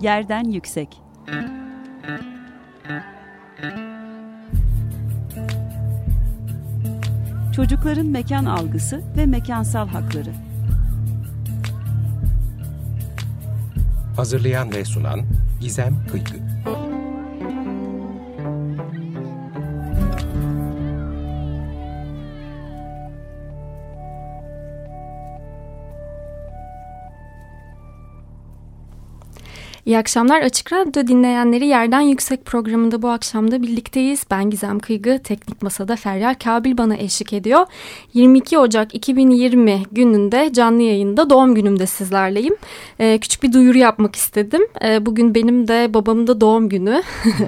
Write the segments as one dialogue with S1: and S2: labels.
S1: Yerden yüksek. Çocukların mekan algısı ve mekansal hakları.
S2: Hazırlayan ve sunan Gizem Kıygı.
S3: İyi akşamlar. Açık Radyo dinleyenleri, Yerden Yüksek programında bu akşam da birlikteyiz. Ben Gizem Kıygı, teknik masada Feryal Kabil bana eşlik ediyor. 22 Ocak 2020 gününde canlı yayında doğum günümde sizlerleyim. Küçük bir duyuru yapmak istedim. Bugün benim de babamın da doğum günü.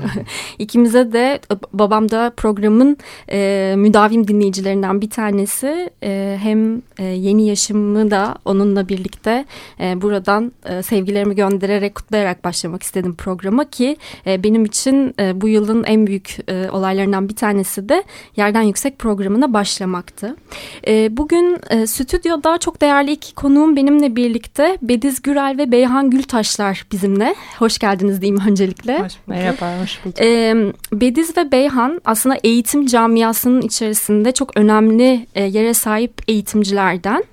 S3: İkimize de, babam da programın müdavim dinleyicilerinden bir tanesi. Hem yeni yaşımı da onunla birlikte buradan sevgilerimi göndererek kutlayarak başlamak istedim programa ki benim için bu yılın en büyük olaylarından bir tanesi de Yerden Yüksek programına başlamaktı. Bugün stüdyoda çok değerli iki konuğum benimle birlikte. Bediz Gürel ve Beyhan Gültaşlar bizimle. Hoş geldiniz diyeyim öncelikle.
S4: Merhaba, hoş bulduk.
S3: Bediz ve Beyhan aslında eğitim camiasının içerisinde çok önemli yere sahip eğitimcilerden.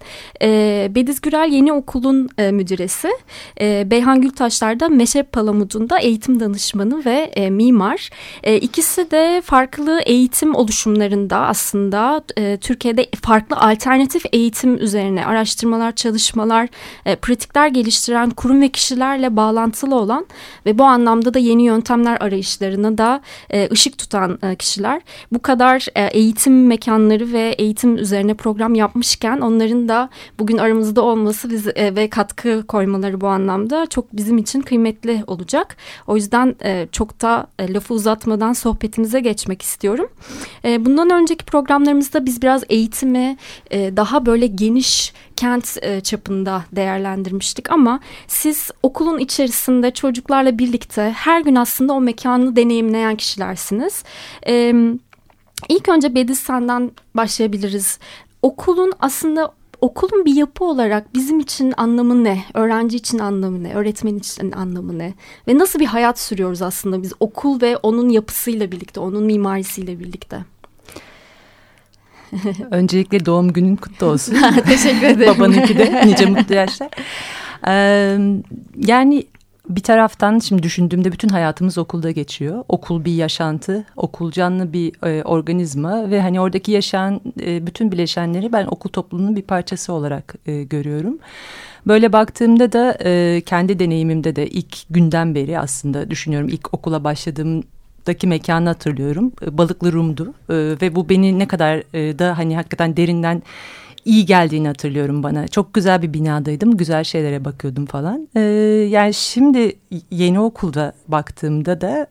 S3: Bediz Gürel Yeni Okul'un müdüresi. Beyhan Gültaşlar da Meşe Palamut'unda eğitim danışmanı ve mimar. İkisi de farklı eğitim oluşumlarında aslında Türkiye'de farklı alternatif eğitim üzerine araştırmalar, çalışmalar, pratikler geliştiren kurum ve kişilerle bağlantılı olan ve bu anlamda da yeni yöntemler arayışlarına da ışık tutan kişiler. Bu kadar eğitim mekanları ve eğitim üzerine program yapmışken onların da bugün aramızda olması ve katkı koymaları bu anlamda çok bizim için kıymetli olacak. O yüzden çok da lafı uzatmadan sohbetimize geçmek istiyorum. Bundan önceki programlarımızda biz biraz eğitimi daha böyle geniş kent çapında değerlendirmiştik ama siz okulun içerisinde çocuklarla birlikte her gün aslında o mekanı deneyimleyen kişilersiniz. İlk önce Bediz, senden başlayabiliriz. Okulun bir yapı olarak bizim için anlamı ne? Öğrenci için anlamı ne? Öğretmen için anlamı ne? Ve nasıl bir hayat sürüyoruz aslında biz okul ve onun yapısıyla birlikte, onun mimarisiyle birlikte?
S4: Öncelikle doğum günün kutlu olsun.
S3: Teşekkür ederim.
S4: Babanınki de nice mutlu yaşlar. Yani bir taraftan şimdi düşündüğümde bütün hayatımız okulda geçiyor. Okul bir yaşantı, okul canlı bir organizma ve hani oradaki yaşayan bütün bileşenleri ben okul toplumunun bir parçası olarak görüyorum. Böyle baktığımda da kendi deneyimimde de ilk günden beri aslında düşünüyorum, ilk okula başladığımdaki mekanı hatırlıyorum. Balıklı Rum'du ve bu beni ne kadar da hani hakikaten derinden iyi geldiğini hatırlıyorum bana. Çok güzel bir binadaydım. Güzel şeylere bakıyordum falan. Yani şimdi yeni okulda baktığımda da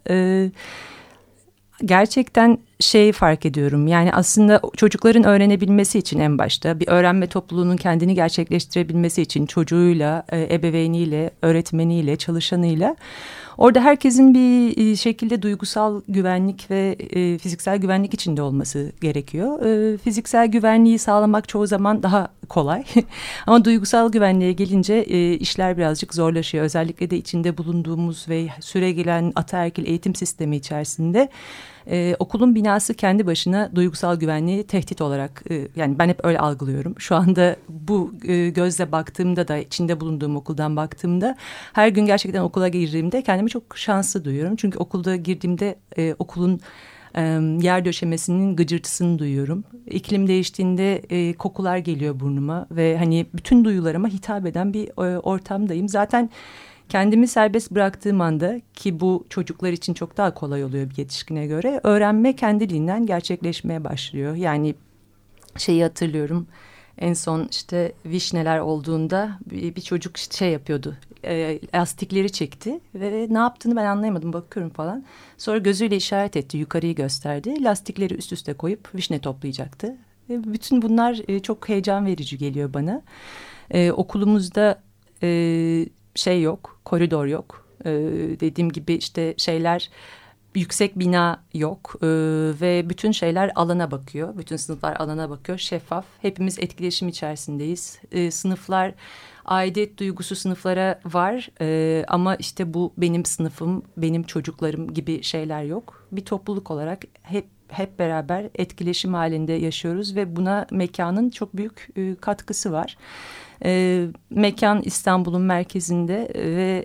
S4: gerçekten fark ediyorum. Yani aslında çocukların öğrenebilmesi için en başta bir öğrenme topluluğunun kendini gerçekleştirebilmesi için çocuğuyla, ebeveyniyle, öğretmeniyle, çalışanıyla orada herkesin bir şekilde duygusal güvenlik ve fiziksel güvenlik içinde olması gerekiyor. Fiziksel güvenliği sağlamak çoğu zaman daha kolay. Ama duygusal güvenliğe gelince işler birazcık zorlaşıyor. Özellikle de içinde bulunduğumuz ve süregelen ataerkil eğitim sistemi içerisinde okulun binası kendi başına duygusal güvenliği tehdit olarak yani ben hep öyle algılıyorum. Şu anda bu gözle baktığımda da içinde bulunduğum okuldan baktığımda her gün gerçekten okula girdiğimde kendimi çok şanslı duyuyorum. Çünkü okulda girdiğimde okulun yer döşemesinin gıcırtısını duyuyorum. İklim değiştiğinde kokular geliyor burnuma ve hani bütün duyularıma hitap eden bir ortamdayım. Zaten kendimi serbest bıraktığım anda, ki bu çocuklar için çok daha kolay oluyor bir yetişkine göre, öğrenme kendiliğinden gerçekleşmeye başlıyor. Yani hatırlıyorum, en son işte vişneler olduğunda bir çocuk yapıyordu. Lastikleri çekti ve ne yaptığını ben anlayamadım, bakıyorum falan. Sonra gözüyle işaret etti, yukarıyı gösterdi. Lastikleri üst üste koyup vişne toplayacaktı. Bütün bunlar çok heyecan verici geliyor bana. Okulumuzda yok, koridor yok. Dediğim gibi işte yüksek bina yok ve bütün şeyler alana bakıyor. Bütün sınıflar alana bakıyor. Şeffaf. Hepimiz etkileşim içerisindeyiz. Sınıflar, aidiyet duygusu sınıflara var ama işte bu benim sınıfım, benim çocuklarım gibi şeyler yok. Bir topluluk olarak hep beraber etkileşim halinde yaşıyoruz ve buna mekanın çok büyük katkısı var. Mekan İstanbul'un merkezinde ve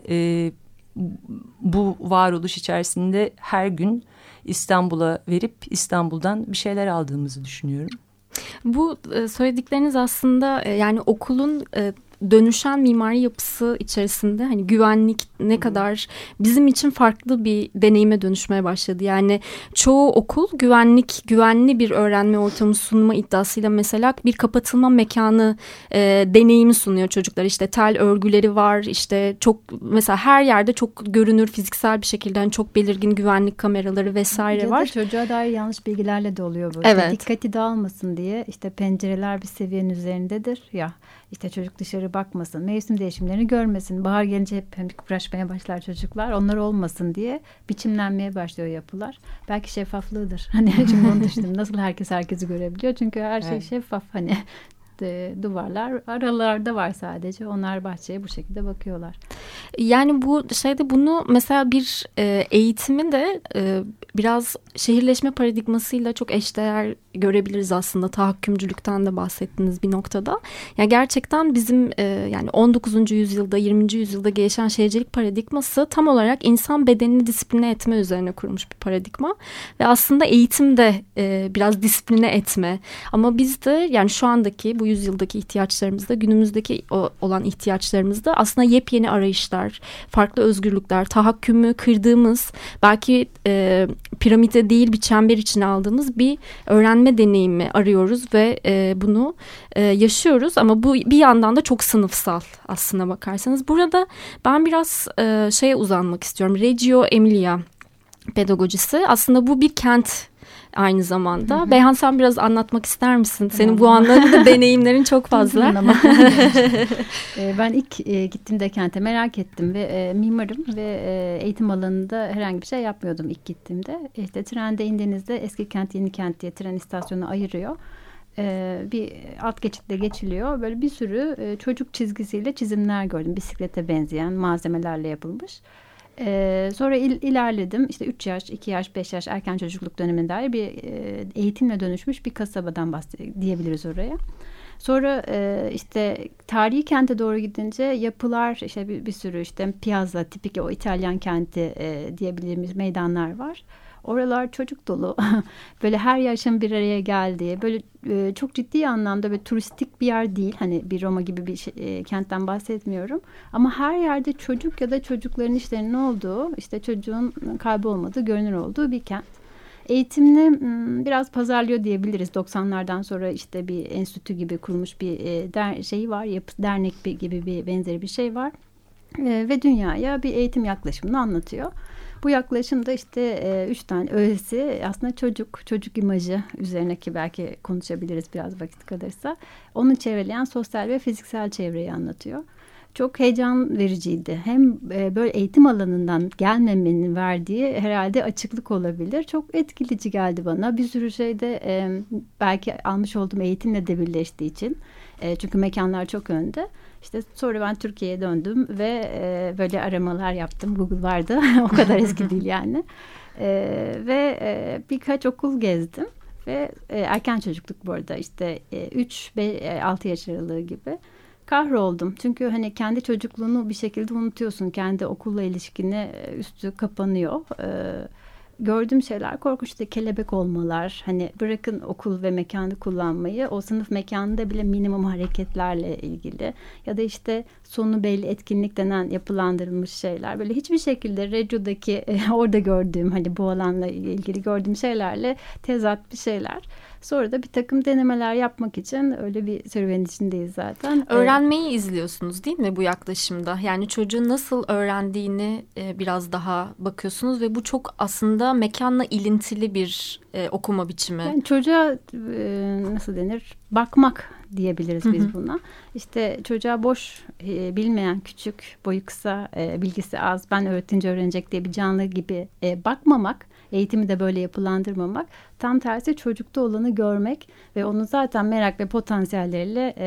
S4: bu varoluş içerisinde her gün İstanbul'a verip İstanbul'dan bir şeyler aldığımızı düşünüyorum.
S3: Bu söyledikleriniz aslında yani okulun dönüşen mimari yapısı içerisinde hani güvenlik ne kadar bizim için farklı bir deneyime dönüşmeye başladı. Yani çoğu okul güvenli bir öğrenme ortamı sunma iddiasıyla mesela bir kapatılma mekanı deneyimi sunuyor çocuklar. İşte tel örgüleri var, işte çok mesela her yerde çok görünür fiziksel bir şekilde yani çok belirgin güvenlik kameraları vesaire var.
S5: Ya da çocuğa dair yanlış bilgilerle de oluyor bu.
S3: Evet.
S5: İşte dikkati dağılmasın diye işte pencereler bir seviyenin üzerindedir ya. İşte çocuk dışarı bakmasın, mevsim değişimlerini görmesin. Bahar gelince hep kıpraşmaya başlar çocuklar. Onlar olmasın diye biçimlenmeye başlıyor yapılar. Belki şeffaflığıdır. Hani şimdi onu düşündüm. Nasıl herkesi görebiliyor? Çünkü her şey şeffaf. Hani duvarlar aralarda var sadece. Onlar bahçeye bu şekilde bakıyorlar.
S3: Yani bu şeyde bunu mesela bir eğitimi de biraz şehirleşme paradigmasıyla çok eşdeğer görebiliriz aslında. Tahakkümcülükten de bahsettiniz bir noktada. Yani gerçekten bizim yani 19. yüzyılda 20. yüzyılda gelişen şehircilik paradigması tam olarak insan bedenini disipline etme üzerine kurulmuş bir paradigma. Ve aslında eğitim de biraz disipline etme. Ama biz de yani şu andaki bu yüzyıldaki ihtiyaçlarımızda günümüzdeki olan ihtiyaçlarımızda aslında yepyeni arayışlar, farklı özgürlükler, tahakkümü kırdığımız belki piramide değil bir çember içine aldığımız bir öğrenme deneyimi arıyoruz ve bunu yaşıyoruz ama bu bir yandan da çok sınıfsal aslına bakarsanız. Burada ben biraz şeye uzanmak istiyorum. Reggio Emilia pedagojisi aslında bu bir kent aynı zamanda. Hı hı. Beyhan sen biraz anlatmak ister misin? Senin bu anlamda deneyimlerin çok fazla.
S5: Ben ilk gittiğimde kente merak ettim ve mimarım ve eğitim alanında herhangi bir şey yapmıyordum ilk gittiğimde. İşte trende indiğinizde eski kent yeni kent diye tren istasyonu ayırıyor. Bir alt geçitle geçiliyor. Böyle bir sürü çocuk çizgisiyle çizimler gördüm. Bisiklete benzeyen malzemelerle yapılmış. Sonra ilerledim. İşte 3 yaş, 2 yaş, 5 yaş erken çocukluk dönemine dair bir eğitimle dönüşmüş bir kasabadan diyebiliriz oraya. Sonra işte tarihi kente doğru gidince yapılar işte bir sürü işte Piazza tipik o İtalyan kenti diyebileceğimiz meydanlar var. Oralar çocuk dolu. Böyle her yaşın bir araya geldiği, böyle çok ciddi anlamda böyle turistik bir yer değil. Hani bir Roma gibi bir kentten bahsetmiyorum. Ama her yerde çocuk ya da çocukların işlerinin olduğu, işte çocuğun kaybolmadığı, görünür olduğu bir kent. Eğitimini biraz pazarlıyor diyebiliriz. 90'lardan sonra işte bir enstitü gibi kurulmuş bir şey var. Dernek gibi bir benzeri bir şey var. Ve dünyaya bir eğitim yaklaşımını anlatıyor. Bu yaklaşımda işte 3 tane öğesi aslında çocuk imajı üzerine ki belki konuşabiliriz biraz vakit kalırsa. Onu çevreleyen sosyal ve fiziksel çevreyi anlatıyor. Çok heyecan vericiydi. Hem böyle eğitim alanından gelmemenin verdiği herhalde açıklık olabilir. Çok etkileyici geldi bana. Bir sürü şey de belki almış olduğum eğitimle de birleştiği için. Çünkü mekanlar çok önde. İşte sonra ben Türkiye'ye döndüm ve böyle aramalar yaptım. Google vardı. O kadar eski değil yani. Ve birkaç okul gezdim. Ve erken çocukluk bu arada işte 3-6 yaş aralığı gibi. Kahroldum. Çünkü hani kendi çocukluğunu bir şekilde unutuyorsun. Kendi okulla ilişkini üstü kapanıyor. Gördüğüm şeyler korkunçtu. Kelebek olmalar, hani bırakın okul ve mekanı kullanmayı, o sınıf mekanında bile minimum hareketlerle ilgili ya da işte sonu belli etkinlik denen yapılandırılmış şeyler. Böyle hiçbir şekilde Reggio'daki orada gördüğüm hani bu alanla ilgili gördüğüm şeylerle tezat bir şeyler. Sonra da bir takım denemeler yapmak için öyle bir serüvenin içindeyiz zaten.
S3: Öğrenmeyi izliyorsunuz değil mi bu yaklaşımda? Yani çocuğun nasıl öğrendiğini biraz daha bakıyorsunuz ve bu çok aslında mekanla ilintili bir okuma biçimi.
S5: Yani çocuğa nasıl denir? Bakmak diyebiliriz biz buna. İşte çocuğa boş, bilmeyen, küçük, boyu kısa, bilgisi az, ben öğretince öğrenecek diye bir canlı gibi bakmamak. eğitimi de böyle yapılandırmamak. Tam tersi çocukta olanı görmek ve onu zaten merak ve potansiyelleriyle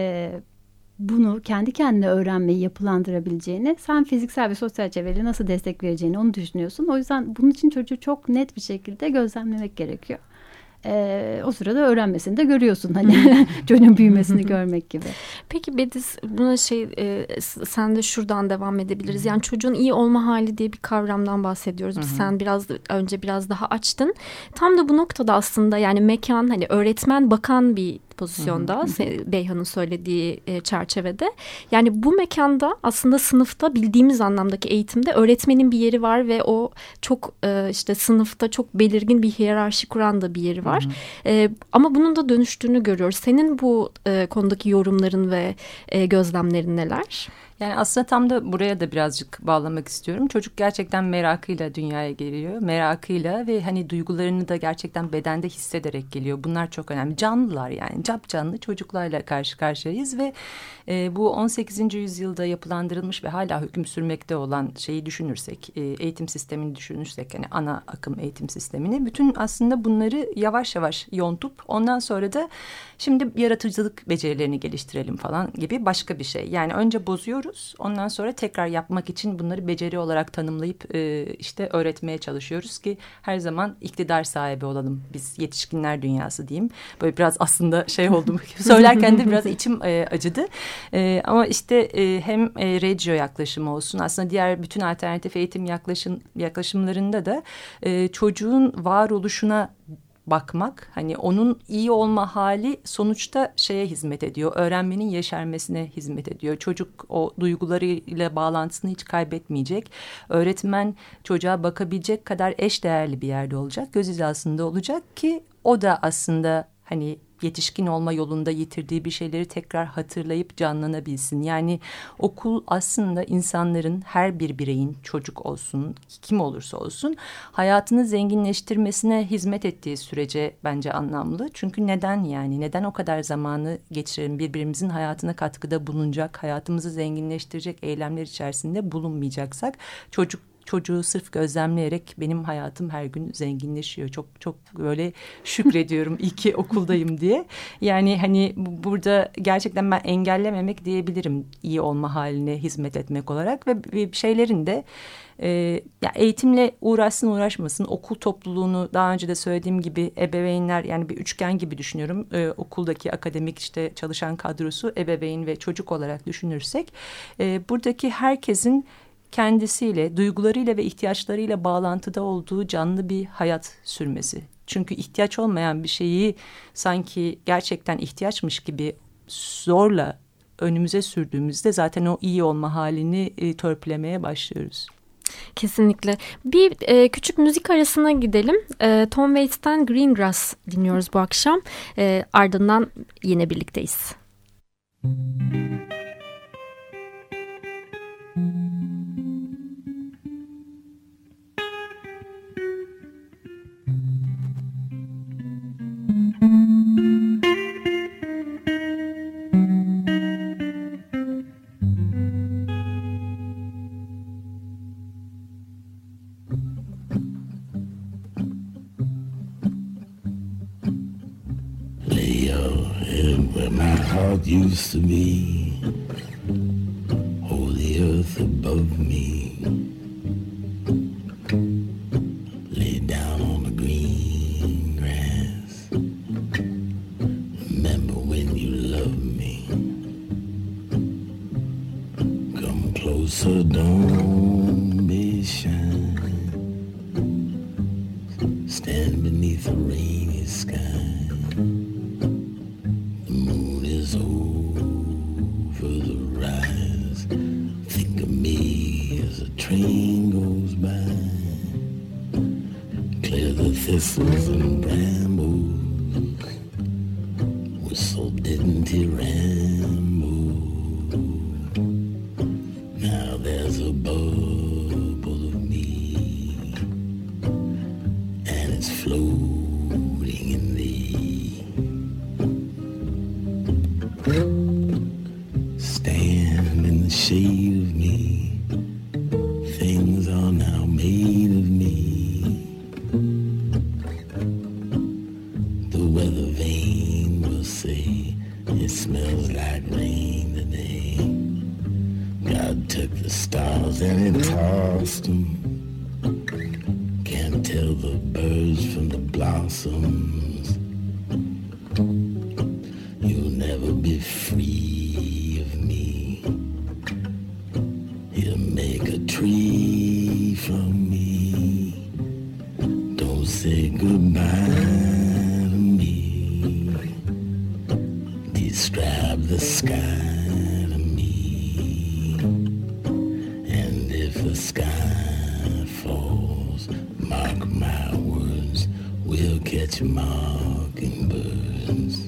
S5: bunu kendi kendine öğrenmeyi yapılandırabileceğini, sen fiziksel ve sosyal çevreyle nasıl destek vereceğini onu düşünüyorsun. O yüzden bunun için çocuğu çok net bir şekilde gözlemlemek gerekiyor. O sırada öğrenmesini de görüyorsun, hani çocuğun büyümesini görmek gibi.
S3: Peki Bediz, buna sen de şuradan devam edebiliriz. Yani çocuğun iyi olma hali diye bir kavramdan bahsediyoruz. Sen biraz daha açtın. Tam da bu noktada aslında yani mekan, hani öğretmen bakan bir pozisyonda, Beyhan'ın söylediği çerçevede. Yani bu mekanda aslında sınıfta bildiğimiz anlamdaki eğitimde öğretmenin bir yeri var ve o çok işte sınıfta çok belirgin bir hiyerarşi kuran da bir yeri var. Ama bunun da dönüştüğünü görüyoruz. Senin bu konudaki yorumların ve gözlemlerin neler?
S4: Yani aslında tam da buraya da birazcık bağlamak istiyorum. Çocuk gerçekten merakıyla dünyaya geliyor. Merakıyla ve hani duygularını da gerçekten bedende hissederek geliyor. Bunlar çok önemli. Canlılar, yani capcanlı çocuklarla karşı karşıyayız ve bu 18. yüzyılda yapılandırılmış ve hala hüküm sürmekte olan şeyi düşünürsek, eğitim sistemini düşünürsek, hani ana akım eğitim sistemini, bütün aslında bunları yavaş yavaş yontup ondan sonra da şimdi yaratıcılık becerilerini geliştirelim falan gibi başka bir şey. Yani önce bozuyoruz. Ondan sonra tekrar yapmak için bunları beceri olarak tanımlayıp işte öğretmeye çalışıyoruz ki her zaman iktidar sahibi olalım. Biz yetişkinler dünyası diyeyim. Böyle biraz aslında şey oldum. Söylerken de biraz içim acıdı. Ama işte hem Reggio yaklaşımı olsun, aslında diğer bütün alternatif eğitim yaklaşımlarında da çocuğun varoluşuna bakmak, hani onun iyi olma hali sonuçta şeye hizmet ediyor. Öğrenmenin yeşermesine hizmet ediyor. Çocuk o duygularıyla bağlantısını hiç kaybetmeyecek. Öğretmen çocuğa bakabilecek kadar eşdeğerli bir yerde olacak. Göz hizasında olacak ki o da aslında hani yetişkin olma yolunda yitirdiği bir şeyleri tekrar hatırlayıp canlanabilsin. Yani okul aslında insanların, her bir bireyin, çocuk olsun, kim olursa olsun, hayatını zenginleştirmesine hizmet ettiği sürece bence anlamlı. Çünkü neden o kadar zamanı geçirelim, birbirimizin hayatına katkıda bulunacak, hayatımızı zenginleştirecek eylemler içerisinde bulunmayacaksak, çocuğu sırf gözlemleyerek benim hayatım her gün zenginleşiyor. Çok çok böyle şükrediyorum iyi ki okuldayım diye. Yani hani burada gerçekten ben engellememek diyebilirim iyi olma haline hizmet etmek olarak ve bir şeylerin de ya eğitimle uğraşsın uğraşmasın, okul topluluğunu daha önce de söylediğim gibi ebeveynler, yani bir üçgen gibi düşünüyorum. Okuldaki akademik işte çalışan kadrosu, ebeveyn ve çocuk olarak düşünürsek buradaki herkesin kendisiyle, duygularıyla ve ihtiyaçlarıyla bağlantıda olduğu canlı bir hayat sürmesi. Çünkü ihtiyaç olmayan bir şeyi sanki gerçekten ihtiyaçmış gibi zorla önümüze sürdüğümüzde zaten o iyi olma halini törpülemeye başlıyoruz.
S3: Kesinlikle. Bir küçük müzik arasına gidelim. Tom Waits'ten Greengrass dinliyoruz bu akşam. Ardından yine birlikteyiz.
S6: Where my heart used to be, hold the earth above me, lay down on the green grass, remember when you loved me, come closer, don't be shy, stand beneath the rainy sky. Train goes by, clear the thistles and brambles, whistle didn't he ramble? Now there's a bubble of me, and it's floating in thee. Stand in the shade of me, things are now made of me. then he tossed them. Can't tell the birds from the blossoms. You'll never be free of me. He'll make a tree from me. Don't say goodbye to me. Describe the sky to me. And if the sky falls, mark my words, we'll catch mockingbirds.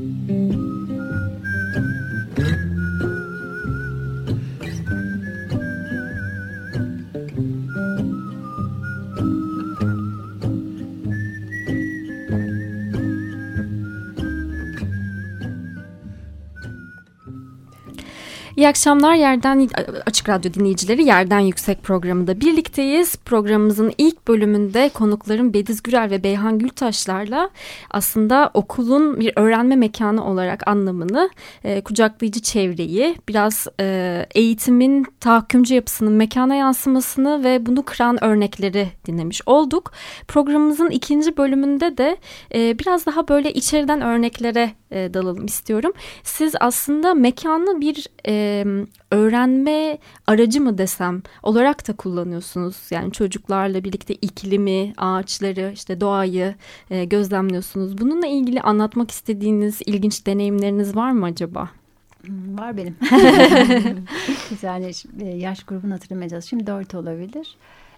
S3: İyi akşamlar Açık Radyo dinleyicileri. Yerden Yüksek programında birlikteyiz. Programımızın ilk bölümünde konuklarım Bediz Gürel ve Beyhan Gültaşlar'la aslında okulun bir öğrenme mekanı olarak anlamını, kucaklayıcı çevreyi, biraz eğitimin tahakkümcü yapısının mekana yansımasını ve bunu kıran örnekleri dinlemiş olduk. Programımızın ikinci bölümünde de biraz daha böyle içeriden örneklere dalalım istiyorum. Siz aslında mekanı bir öğrenme aracı mı desem olarak da kullanıyorsunuz. Yani çocuklarla birlikte iklimi, ağaçları, işte doğayı gözlemliyorsunuz. Bununla ilgili anlatmak istediğiniz ilginç deneyimleriniz var mı acaba?
S5: Var benim. Güzel yaş grubunu hatırlamaya çalışayım. 4 olabilir.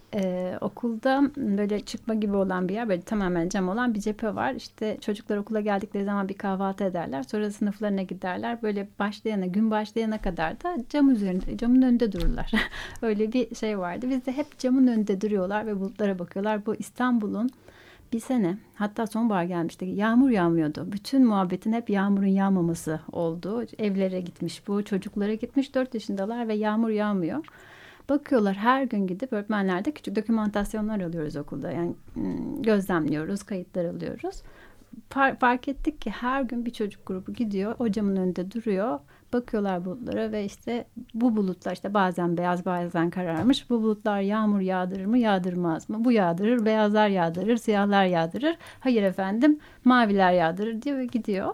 S5: Okulda böyle çıkma gibi olan bir yer, böyle tamamen cam olan bir cephe var. İşte çocuklar okula geldikleri zaman bir kahvaltı ederler. Sonra sınıflarına giderler. Böyle gün başlayana kadar da camın önünde dururlar. Öyle bir şey vardı. Biz de hep camın önünde duruyorlar ve bulutlara bakıyorlar. Bu İstanbul'un bir sene, hatta sonbahar gelmişti. Yağmur yağmıyordu. Bütün muhabbetin hep yağmurun yağmaması oldu. Evlere gitmiş bu, çocuklara gitmiş. 4 yaşındalar ve yağmur yağmıyor. Bakıyorlar, her gün gidip öğretmenlerde küçük dokümantasyonlar alıyoruz okulda. Yani gözlemliyoruz, kayıtlar alıyoruz. Fark ettik ki her gün bir çocuk grubu gidiyor, o camın önünde duruyor. Bakıyorlar bulutlara ve işte bu bulutlar, işte bazen beyaz bazen kararmış. Bu bulutlar yağmur yağdırır mı, yağdırmaz mı? Bu yağdırır, beyazlar yağdırır, siyahlar yağdırır. Hayır efendim, maviler yağdırır diyor ve gidiyor.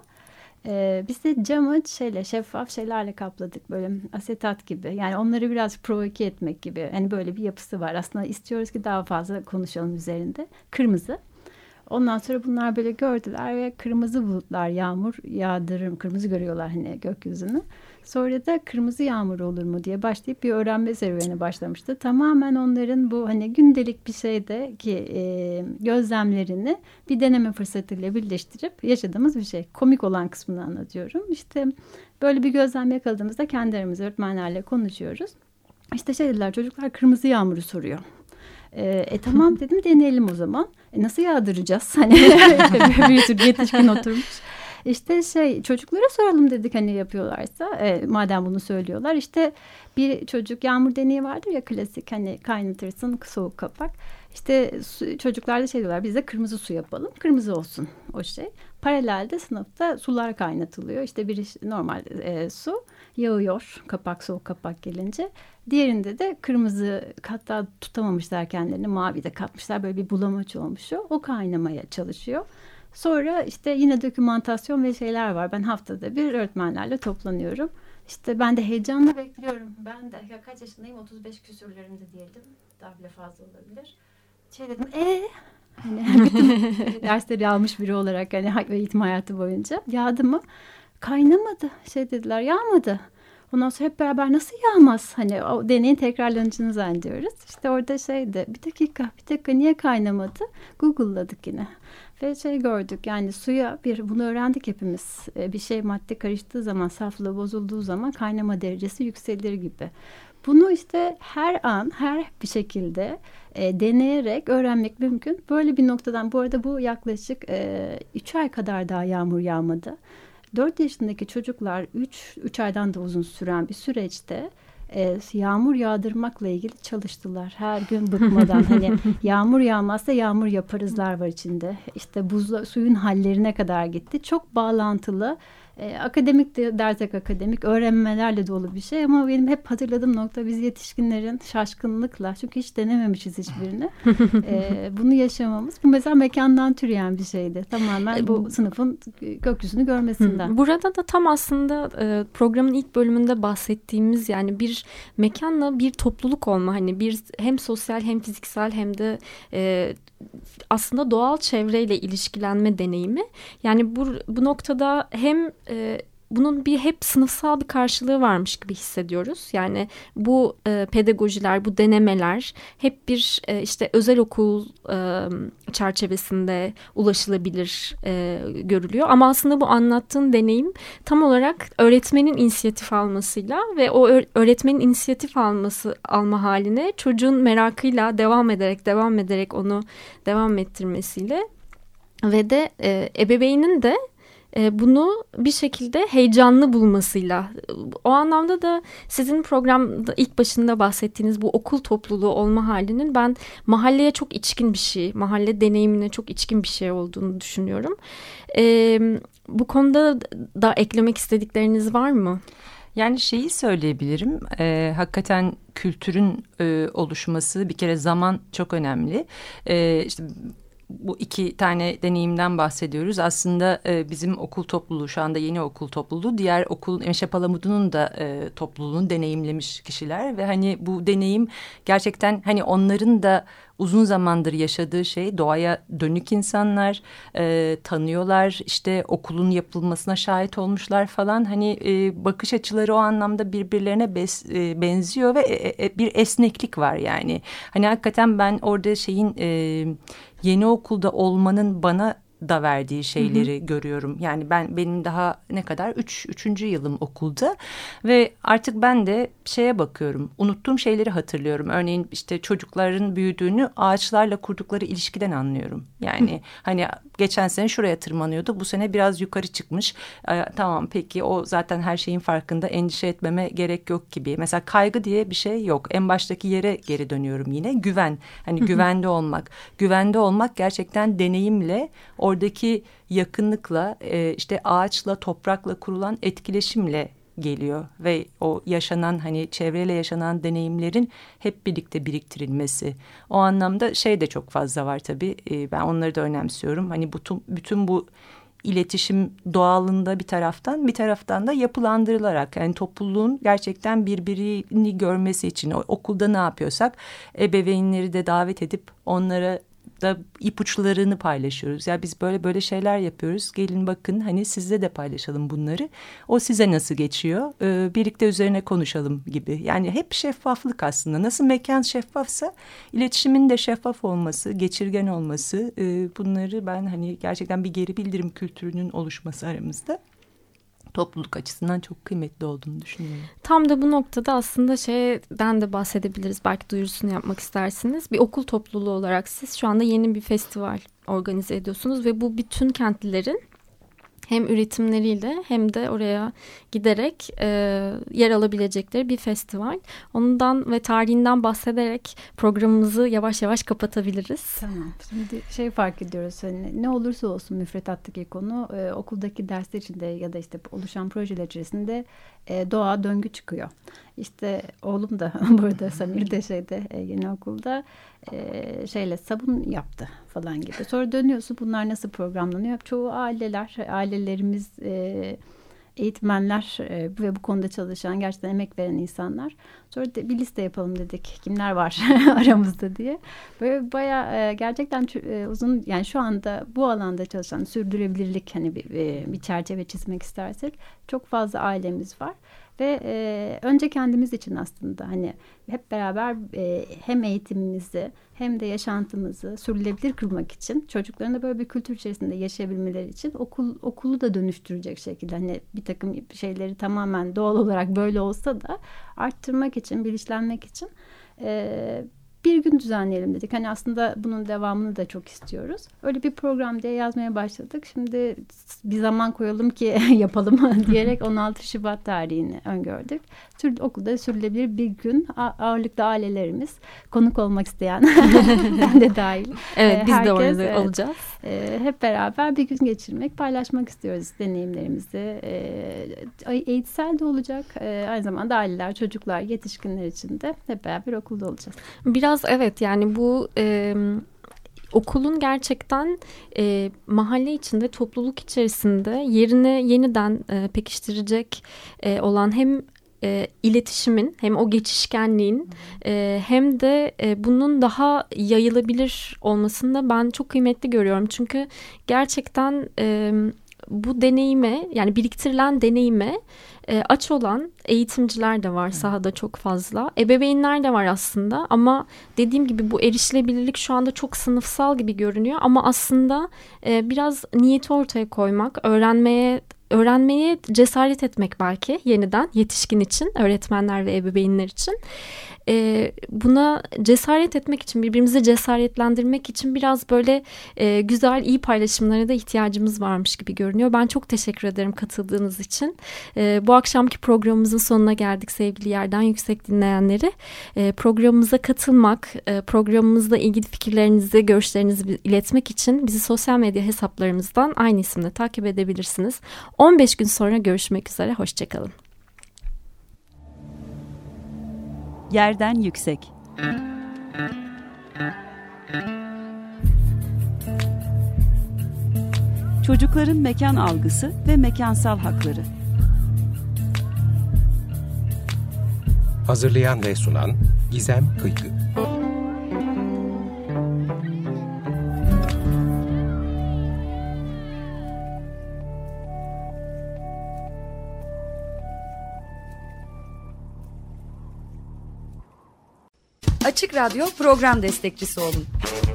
S5: Biz de camı şeffaf şeylerle kapladık, böyle asetat gibi. Yani onları biraz provoke etmek gibi. Yani böyle bir yapısı var. Aslında istiyoruz ki daha fazla konuşalım üzerinde. Kırmızı. Ondan sonra bunlar böyle gördüler ve kırmızı bulutlar yağmur yağdırır mı? Kırmızı görüyorlar hani gökyüzünü. Sonra da kırmızı yağmur olur mu diye başlayıp bir öğrenme serüveni başlamıştı. Tamamen onların bu hani gündelik bir şeydeki gözlemlerini bir deneme fırsatıyla birleştirip yaşadığımız bir şey. Komik olan kısmını anlatıyorum. İşte böyle bir gözlem yakaladığımızda kendi aramızda öğretmenlerle konuşuyoruz. İşte dediler, çocuklar kırmızı yağmuru soruyor. Tamam dedim, deneyelim o zaman. Nasıl yağdıracağız? Hani bir sürü yetişkin oturmuş. İşte çocuklara soralım dedik, hani yapıyorlarsa madem bunu söylüyorlar. İşte bir çocuk, yağmur deneyi vardır ya klasik, hani kaynatırsın soğuk kapak. İşte çocuklar da diyorlar, biz de kırmızı su yapalım, kırmızı olsun o şey. Paralelde sınıfta sular kaynatılıyor. İşte biri normal su yağıyor, kapak soğuk kapak gelince. Diğerinde de kırmızı, hatta tutamamışlar kendilerini, mavi de katmışlar, böyle bir bulamaç olmuş o kaynamaya çalışıyor. Sonra işte yine dokümantasyon ve şeyler var. Ben haftada bir öğretmenlerle toplanıyorum. İşte ben de heyecanla bekliyorum. Ben de kaç yaşındayım? 35 küsürlerimde diyelim. Daha bile fazla olabilir. Dedim hani bütün dersleri almış biri olarak hani eğitim hayatı boyunca yağdı mı? Kaynamadı. Dediler, yağmadı. Ondan sonra hep beraber nasıl yağmaz? Hani o deneyin tekrarlanacağını zannediyoruz. İşte orada bir dakika niye kaynamadı? Google'ladık yine. Ve gördük, yani suya bunu öğrendik hepimiz. Bir madde karıştığı zaman, saflığı bozulduğu zaman kaynama derecesi yükselir gibi. Bunu işte her an, her bir şekilde deneyerek öğrenmek mümkün. Böyle bir noktadan, bu arada bu yaklaşık 3 ay kadar daha yağmur yağmadı. 4 yaşındaki çocuklar 3 aydan da uzun süren bir süreçte yağmur yağdırmakla ilgili çalıştılar. Her gün bıkmadan hani yağmur yağmazsa yağmur yaparızlar var içinde. İşte suyun hallerine kadar gitti. Çok bağlantılı Akademik de dersek akademik, öğrenmelerle dolu bir şey ama benim hep hatırladığım nokta biz yetişkinlerin şaşkınlıkla, çünkü hiç denememişiz hiçbirini, bunu yaşamamız. Bu mesela mekandan türeyen bir şeydi. Tamamen bu sınıfın gökyüzünü görmesinden.
S3: Burada da tam aslında programın ilk bölümünde bahsettiğimiz, yani bir mekanla bir topluluk olma, hani bir hem sosyal hem fiziksel hem de aslında doğal çevreyle ilişkilenme deneyimi. Yani bu noktada hem bunun hep sınıfsal bir karşılığı varmış gibi hissediyoruz. Yani bu pedagojiler, bu denemeler hep bir işte özel okul çerçevesinde ulaşılabilir görülüyor. Ama aslında bu anlattığın deneyim tam olarak öğretmenin inisiyatif almasıyla ve o öğretmenin inisiyatif alma haline çocuğun merakıyla devam ederek onu devam ettirmesiyle ve de ebeveynin de bunu bir şekilde heyecanlı bulmasıyla, o anlamda da sizin programda ilk başında bahsettiğiniz bu okul topluluğu olma halinin ben mahalleye çok içkin bir şey, mahalle deneyimine çok içkin bir şey olduğunu düşünüyorum. Bu konuda da eklemek istedikleriniz var mı?
S4: Yani şeyi söyleyebilirim, hakikaten kültürün oluşması, bir kere zaman çok önemli. İşte bu iki tane deneyimden bahsediyoruz. Aslında bizim okul topluluğu, şu anda yeni okul topluluğu, diğer okul Meşe Palamut'un da topluluğunu deneyimlemiş kişiler ve hani bu deneyim gerçekten hani onların da uzun zamandır yaşadığı şey, doğaya dönük insanlar, tanıyorlar, işte okulun yapılmasına şahit olmuşlar falan, hani bakış açıları o anlamda birbirlerine benziyor ve bir esneklik var yani. Hani hakikaten ben orada şeyin yeni okulda olmanın bana da verdiği şeyleri görüyorum. Yani benim daha ne kadar üçüncü yılım okulda ve artık ben de şeye bakıyorum. Unuttuğum şeyleri hatırlıyorum. Örneğin işte çocukların büyüdüğünü ağaçlarla kurdukları ilişkiden anlıyorum. Yani hani geçen sene şuraya tırmanıyordu. Bu sene biraz yukarı çıkmış. Tamam, peki o zaten her şeyin farkında, endişe etmeme gerek yok gibi. Mesela kaygı diye bir şey yok. En baştaki yere geri dönüyorum yine. Güven. Hani güvende olmak. Güvende olmak gerçekten deneyimle, oradaki yakınlıkla, işte ağaçla, toprakla kurulan etkileşimle geliyor ve o yaşanan, hani çevreyle yaşanan deneyimlerin hep birlikte biriktirilmesi. O anlamda şey de çok fazla var tabii. Ben onları da önemsiyorum. Hani bütün bu iletişim doğalında bir taraftan da yapılandırılarak, yani topluluğun gerçekten birbirini görmesi için okulda ne yapıyorsak ebeveynleri de davet edip onlara da ipuçlarını paylaşıyoruz. Ya biz böyle şeyler yapıyoruz. Gelin bakın, hani sizle de paylaşalım bunları. O size nasıl geçiyor? Birlikte üzerine konuşalım gibi. Yani hep şeffaflık aslında. Nasıl mekan şeffafsa iletişimin de şeffaf olması, geçirgen olması, bunları ben hani gerçekten bir geri bildirim kültürünün oluşması aramızda topluluk açısından çok kıymetli olduğunu düşünüyorum.
S3: Tam da bu noktada aslında şeyden de bahsedebiliriz. Belki duyurusunu yapmak istersiniz. Bir okul topluluğu olarak siz şu anda yeni bir festival organize ediyorsunuz ve bu bütün kentlilerin hem üretimleriyle hem de oraya giderek yer alabilecekleri bir festival. Ondan ve tarihinden bahsederek programımızı yavaş yavaş kapatabiliriz.
S5: Tamam. Şimdi fark ediyoruz. Hani ne olursa olsun müfredattaki konu, okuldaki dersler içinde ya da işte oluşan projeler içerisinde doğa döngü çıkıyor. İşte oğlum da burada, Samir de yeni okulda sabun yaptı falan gibi. Sonra dönüyorsun, bunlar nasıl programlanıyor? Çoğu ailelerimiz, eğitmenler ve bu konuda çalışan, gerçekten emek veren insanlar. Sonra bir liste yapalım dedik. Kimler var aramızda diye. Böyle bayağı gerçekten uzun, yani şu anda bu alanda çalışan, sürdürülebilirlik hani bir çerçeve çizmek istersek çok fazla ailemiz var. Ve önce kendimiz için aslında hani hep beraber hem eğitimimizi hem de yaşantımızı sürdürülebilir kılmak için, çocukların da böyle bir kültür içerisinde yaşayabilmeleri için okulu da dönüştürecek şekilde, hani bir takım şeyleri tamamen doğal olarak böyle olsa da arttırmak için, bilinçlenmek için bir gün düzenleyelim dedik. Hani aslında bunun devamını da çok istiyoruz. Öyle bir program diye yazmaya başladık. Şimdi bir zaman koyalım ki yapalım diyerek 16 Şubat tarihini öngördük. Okulda sürülebilir bir gün, ağırlıklı ailelerimiz, konuk olmak isteyen ben de dahil.
S3: Evet, biz
S5: herkes,
S3: de orada olacağız.
S5: Hep beraber bir gün geçirmek, paylaşmak istiyoruz deneyimlerimizi. Eğitsel de olacak. Aynı zamanda aileler, çocuklar, yetişkinler için de hep beraber okulda olacağız.
S3: Biraz evet, yani bu okulun gerçekten mahalle içinde, topluluk içerisinde yerini yeniden pekiştirecek olan hem iletişimin, hem o geçişkenliğin hem de bunun daha yayılabilir olmasını da ben çok kıymetli görüyorum. Çünkü gerçekten bu deneyime, yani biriktirilen deneyime aç olan eğitimciler de var sahada çok fazla. Ebeveynler de var aslında ama dediğim gibi bu erişilebilirlik şu anda çok sınıfsal gibi görünüyor. Ama aslında biraz niyeti ortaya koymak, öğrenmeye cesaret etmek belki yeniden yetişkin için, öğretmenler ve ebeveynler için. Buna cesaret etmek için, birbirimizi cesaretlendirmek için biraz böyle güzel, iyi paylaşımlara da ihtiyacımız varmış gibi görünüyor. Ben çok teşekkür ederim katıldığınız için. Bu akşamki programımızın sonuna geldik sevgili Yerden Yüksek dinleyenleri. Programımıza katılmak, programımızla ilgili fikirlerinizi, görüşlerinizi iletmek için bizi sosyal medya hesaplarımızdan aynı isimle takip edebilirsiniz. 15 gün sonra görüşmek üzere, hoşçakalın.
S1: Yerden Yüksek. Çocukların mekan algısı ve mekansal hakları.
S2: Hazırlayan ve sunan Gizem Kıykı.
S7: Açık Radyo program destekçisi olun.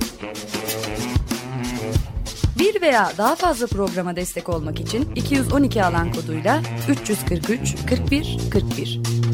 S7: Bir veya daha fazla programa destek olmak için 212 alan koduyla 343 41 41.